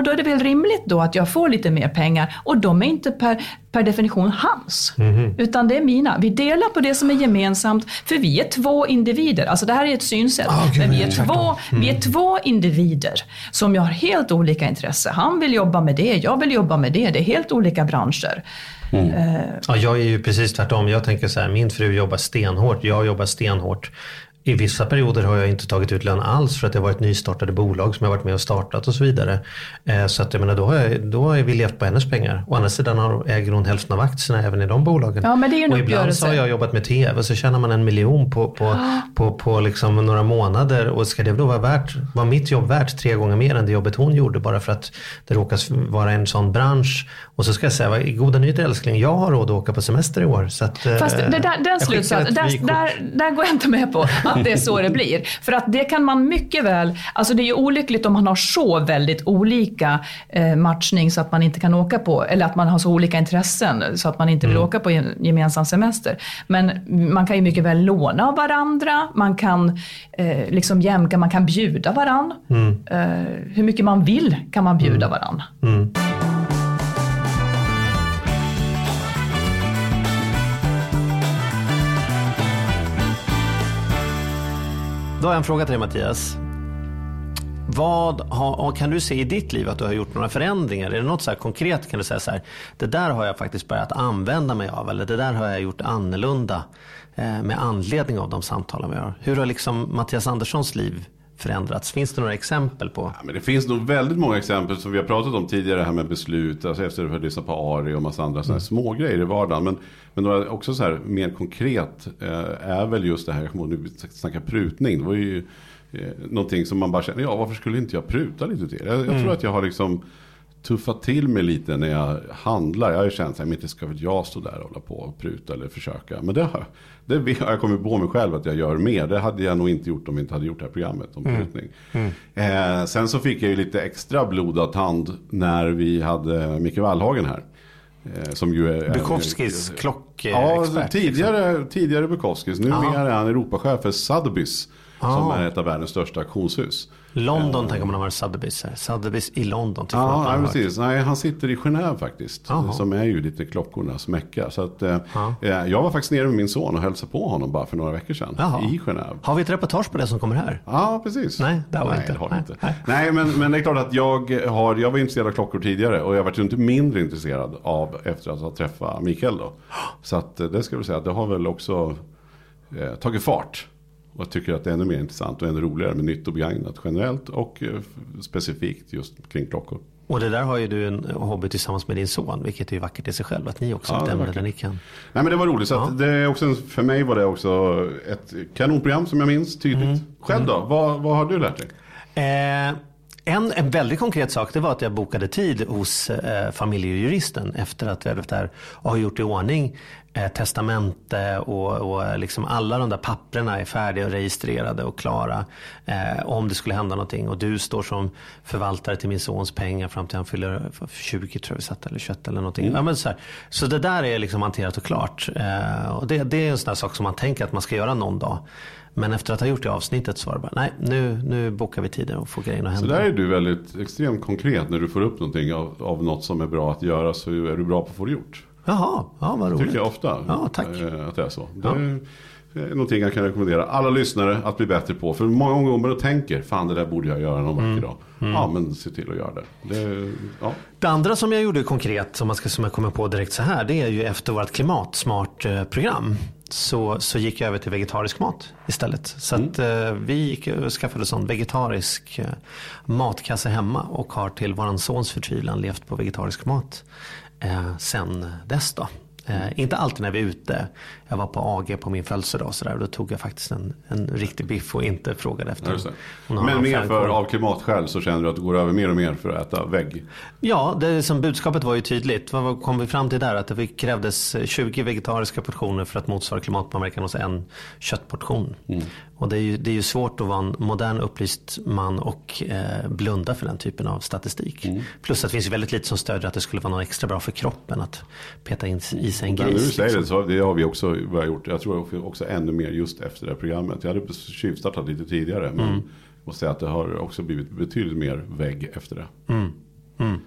rimligt då att jag får lite mer pengar? Och de är inte per definition hans, utan det är mina. Vi delar på det som är gemensamt, för vi är 2 individer. Alltså det här är ett synsätt, men vi är 2 individer som har helt olika intresse. Han vill jobba med det, jag vill jobba med det. Det är helt olika branscher. Ja, jag är ju precis tvärtom. Jag tänker så här, min fru jobbar stenhårt, jag jobbar stenhårt. I vissa perioder har jag inte tagit ut lön alls för att det har varit nystartade bolag som jag har varit med och startat och så vidare. Så att jag menar, då har vi levt på hennes pengar. Å andra sidan äger hon hälften av aktierna även i de bolagen. Ja, men det är ju en och ibland så har jag jobbat med tv så tjänar man 1 miljon på liksom några månader. Och ska det då vara mitt jobb värt 3 gånger mer än det jobbet hon gjorde bara för att det råkas vara en sån bransch. Och så ska jag säga, i goda nyheter älskling, jag har råd att åka på semester i år. Så att, fast den slutsatsen, där går jag inte med på att det är så det blir. För att det kan man mycket väl, alltså det är ju olyckligt om man har så väldigt olika matchning så att man inte kan åka på, eller att man har så olika intressen så att man inte vill åka på en gemensam semester. Men man kan ju mycket väl låna av varandra, man kan liksom jämka, man kan bjuda varandra. Hur mycket man vill kan man bjuda varandra. Då har jag en fråga till dig, Mattias. Kan du se i ditt liv att du har gjort några förändringar? Är det något så här konkret kan du säga så här, det där har jag faktiskt börjat använda mig av, eller det där har jag gjort annorlunda med anledning av de samtalen vi har. Hur har liksom Mattias Anderssons liv förändrats? Finns det några exempel på? Ja, men det finns nog väldigt många exempel som vi har pratat om tidigare här med beslut, alltså efter att ha lyssnat på Ari och massa andra sådana små grejer i vardagen. Men några också så här mer konkret är väl just det här, jag kommer ihåg nu snacka prutning. Det var ju någonting som man bara känner, varför skulle inte jag pruta lite till? Jag tror att jag har liksom tuffat till mig lite när jag handlar. Jag har ju känt att inte ska väl jag stå där och hålla på och pruta eller försöka. Men det har jag kommit på mig själv att jag gör mer. Det hade jag nog inte gjort om vi inte hade gjort det här programmet om prutning. Sen så fick jag ju lite extra blodad hand när vi hade Micke Wallhagen här. Som ju är Bukowskis klockexpert. Ja, tidigare Bukowskis. Nu är han Europachef för Sotheby's. Som är ett av världens största auktionshus. London tänker man har varit Sotheby's i London. Ja, precis. Nej, han sitter i Genève faktiskt. Som är ju lite klockornas mecka. Så att, jag var faktiskt nere med min son och hälsade på honom bara för några veckor sedan. I Genève. Har vi ett reportage på det som kommer här? Ja, precis. Nej, det har vi inte. Nej, men det är klart att jag var intresserad av klockor tidigare. Och jag var ju inte mindre intresserad av efter att ha träffat Mikael då. Så att det ska vi säga att det har väl också tagit fart. Och jag tycker att det är ännu mer intressant och ännu roligare med nytt och begagnat generellt och specifikt just kring klockor. Och det där har ju du en hobby tillsammans med din son, vilket är ju vackert i sig själv, att ni också bestämmer där ni kan. Nej, men det var roligt, så att det är också, för mig var det också ett kanonprogram som jag minns tydligt. Själv då, vad har du lärt dig? En väldigt konkret sak, det var att jag bokade tid hos familjejuristen efter att vi hade har gjort i ordning testamente och liksom alla de där papperna är färdiga och registrerade och klara om det skulle hända någonting. Och du står som förvaltare till min sons pengar fram till han fyller 20 tror jag vi satt, eller 21 eller någonting. Ja, men så det där är liksom hanterat och klart. Och det är en sån där sak som man tänker att man ska göra någon dag. Men efter att ha gjort det avsnittet så var det bara, nej, nu bokar vi tiden och får grejerna att hända. Så där är du väldigt extremt konkret när du får upp någonting av något som är bra att göra, så är du bra på att få det gjort. Jaha, ja, vad roligt. Tycker jag ofta. Ja, tack. Att det är så. Det är någonting jag kan rekommendera alla lyssnare att bli bättre på. För många gånger och tänker, fan det där borde jag göra någon vacker dag. Ja, men se till att göra det. Det andra som jag gjorde konkret, som jag kommer på direkt så här, det är ju efter vårt klimatsmart program. Så gick jag över till vegetarisk mat istället. Så att vi gick och skaffade sån vegetarisk matkasse hemma och har till våran sons förtvivlan levt på vegetarisk mat sen dess då. Inte alltid när vi är ute. Jag var på AG på min födelsedag och sådär. Då tog jag faktiskt en riktig biff och inte frågade efter. Men mer av klimatskäl så känner du att du går över mer och mer för att äta vägg? Ja, det som budskapet var ju tydligt. Vad kom vi fram till där? Att det krävdes 20 vegetariska portioner för att motsvara klimatpåverkan hos en köttportion. Och det är ju svårt att vara en modern upplyst man och blunda för den typen av statistik. Plus att det finns ju väldigt lite som stödjer att det skulle vara något extra bra för kroppen att peta in i sig en gris. Nu säger det, så det har vi också gjort. Jag tror också ännu mer just efter det här programmet. Jag hade tjuvstartat lite tidigare, men måste säga att det har också blivit betydligt mer vägg efter det.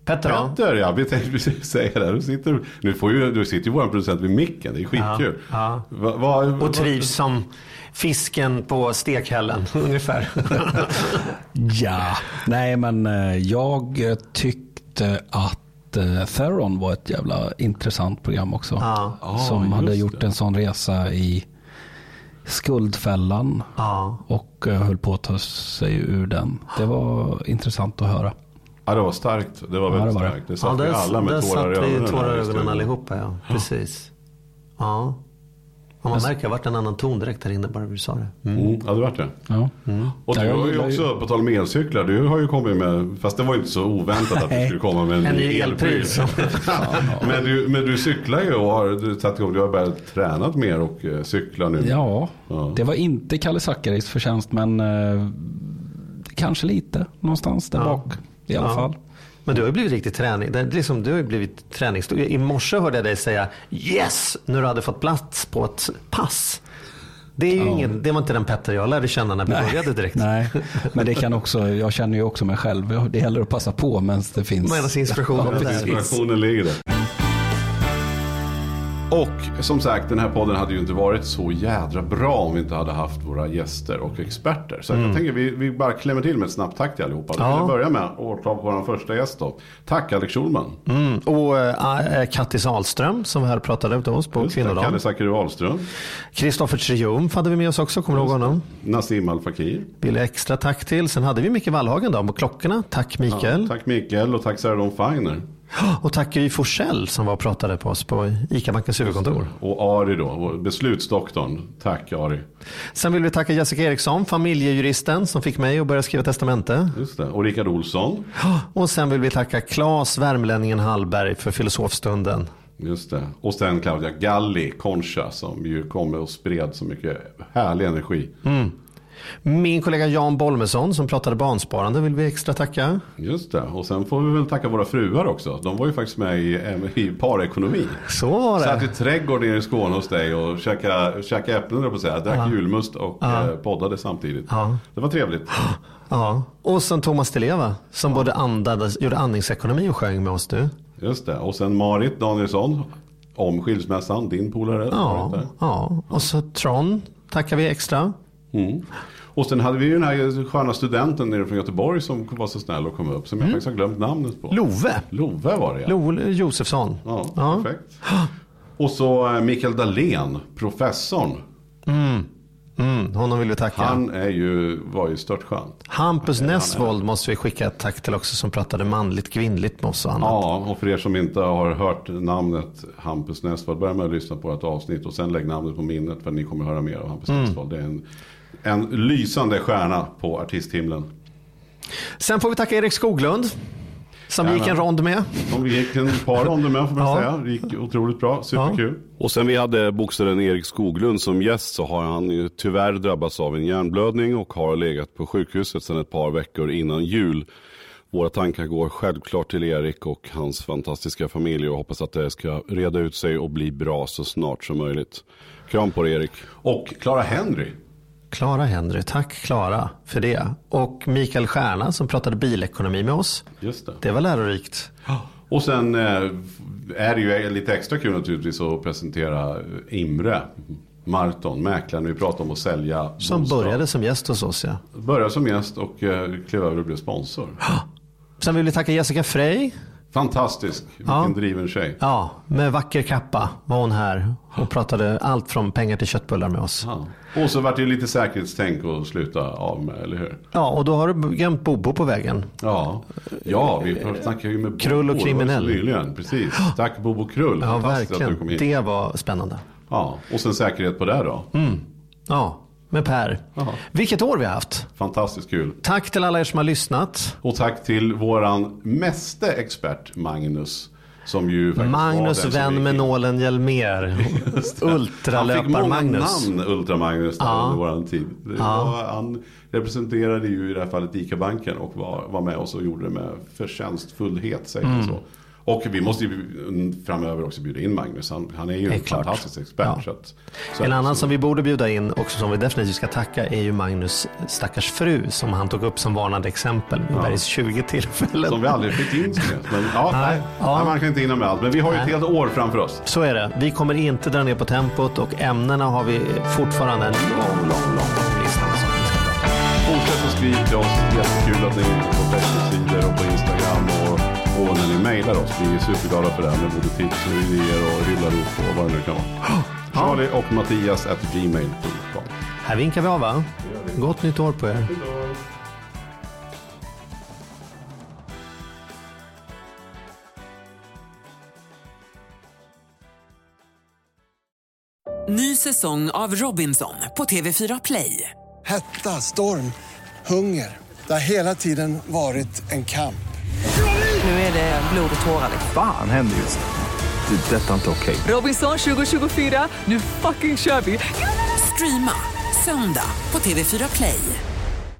Petter, ja, vi tänkte precis säga det. Du sitter ju vår producent vid micken, det är skitkul. Ja. Och trivs som fisken på stekhällen, ungefär. Ja, nej men jag tyckte att Theron var ett jävla intressant program också. Som hade gjort en sån resa i skuldfällan och höll på att ta sig ur den. Det var intressant att höra. Ja, det var starkt. Det var väldigt starkt. Det satt vi alla med tårar i ögonen allihopa, ja. Precis. Ja. Och man märker att det har varit en annan ton direkt där inne bara du sa det. Ja, det vart det. Ja. Och du har ju också, på tal om elcyklar, du har ju kommit med, fast det var ju inte så oväntat att du skulle komma med en ny elpryl. Men du cyklar ju och du har börjat tränat mer och cykla nu. Ja, det var inte Kalle Zackaris förtjänst, men kanske lite någonstans där bak i alla fall. Men du har ju blivit riktigt träning. Du har ju blivit träningsstor. I morse hörde jag dig säga yes, när du hade fått plats på ett pass. Det är ju det var inte den Petter jag lärde känna när vi började direkt. Nej, men det kan också, jag känner ju också mig själv. Det gäller att passa på medan det finns. Medan inspirationen ligger där. Och som sagt, den här podden hade ju inte varit så jädra bra om vi inte hade haft våra gäster och experter. Så jag tänker vi bara klämmer till med ett snabbt tack till allihopa. Vi vill börja med att ta på vår första gäst då. Tack Alex Schulman. Och Kattis Ahlström som var här och pratade med oss på Kvinnodagen. Kalle Zackari Ahlström. Kristoffer Triumf hade vi med oss också, kommer du ihåg honom? Nassim Al-Fakir. Vill extra tack till. Sen hade vi Micke Wallhagen då på klockorna. Tack Mikael. Ja, tack Mikael och tack Sarah Dawn Finer. Och tack Gry Forssell som var och pratade på oss på ICA-bankens huvudkontor. Och Ari då, beslutsdoktorn. Tack Ari. Sen vill vi tacka Jessica Eriksson, familjejuristen som fick mig att börja skriva testamente. Just det, och Rickard Olsson. Och sen vill vi tacka Claes Värmlänningen Hallberg för filosofstunden. Just det. Och sen Claudia Galli Concha som ju kom och spred så mycket härlig energi. Min kollega Jan Bolmesson som pratade barnsparande vill vi extra tacka. Just det, och sen får vi väl tacka våra fruar också. De var ju faktiskt med i parekonomi. Så var det. Så att i trädgården i Skåne hos dig och käka äpplen på att säga. Drack julmust och poddade samtidigt. Det var trevligt. Ja, och sen Thomas Deleva som både gjorde andningsekonomi och sjöng med oss du. Just det, och sen Marit Danielsson om skilsmässan, din polare. Ja, och så Tron tackar vi extra. Och sen hade vi ju den här sköna studenten nere från Göteborg som var så snäll och kom upp som jag faktiskt har glömt namnet på. Love var det, ja. Love Josefsson. Ja, perfekt. Och så Mikael Dahlén, professorn. Honom vill vi tacka. Han var ju störtskön. Hampus Nessvold måste vi skicka ett tack till också som pratade manligt, kvinnligt med oss och annat. Ja, och för er som inte har hört namnet Hampus Nessvold, börja med att lyssna på ett avsnitt och sen lägg namnet på minnet för ni kommer höra mer av Hampus Nessvold. Det är en lysande stjärna på artisthimlen. Sen får vi tacka Erik Skoglund som gick en rond med. Som gick en par ronder med får man säga. Det gick otroligt bra, superkul. Och sen vi hade boxaren Erik Skoglund som gäst så har han ju tyvärr drabbats av en hjärnblödning och har legat på sjukhuset sedan ett par veckor innan jul. Våra tankar går självklart till Erik och hans fantastiska familj och hoppas att det ska reda ut sig och bli bra så snart som möjligt. Kram på dig Erik. Och Clara Henry, tack Clara för det. Och Mikael Stjärna som pratade bilekonomi med oss. Just det. Det var lärorikt. Och sen är det ju lite extra kul naturligtvis att presentera Imre Marton, mäklaren vi pratade om att sälja som bostad. Började som gäst hos oss, ja. Började som gäst och klev över och blev sponsor. Sen vill vi tacka Jessica Frey. Fantastisk, vilken driven tjej. Ja, med vacker kappa var hon här och pratade allt från pengar till köttbullar med oss. Ja. Och så var det lite säkerhetstänk att sluta av med, eller hur? Ja, och då har du glömt Bobo på vägen. Ja, vi snackade ju med Bobo. Krull och kriminell. Nyligen, precis. Tack Bobo Krull. Ja, verkligen. Det var spännande. Ja, och sen säkerhet på det då. Ja, med Per. Aha. Vilket år vi har haft. Fantastiskt kul. Tack till alla er som har lyssnat. Och tack till våran meste expert Magnus. Som ju Magnus vän med nålen Hjelmér. Ultralöpar Magnus. Han fick många namn Ultra Magnus under våran tid. Han representerade ju i det här fallet ICA-banken och var med oss och gjorde det med förtjänstfullhet, säger så. Och vi måste ju framöver också bjuda in Magnus. Han är ju en fantastisk expert. Ja. En annan som vi borde bjuda in också, som vi definitivt ska tacka, är ju Magnus stackars fru, som han tog upp som varnande exempel vid Bergs 20 tillfällen. Som vi aldrig fick in. Men nej, man kan inte hinna med allt. Men vi har ju ett helt år framför oss. Så är det. Vi kommer inte dra ner på tempot, och ämnena har vi fortfarande en lång lista med saker vi ska prata om. Fortsätt att skriva till oss. Jättekul att ni är på Facebook-sidor och på Instagram och när ni mejlar oss. Vi är superglada för det här med både tips och idéer och hyllarop och vad det nu kan vara. Charlie och Mattias@gmail.com. Här vinkar vi av, va? Gott nytt år på er. Ny säsong av Robinson på TV4 Play. Hetta, storm, hunger. Det har hela tiden varit en kamp. Nu är det blod och tårar. Fan händer just det. Det är detta inte okej. Robinson 2024, nu fucking kör vi. Streama söndag på TV4 Play.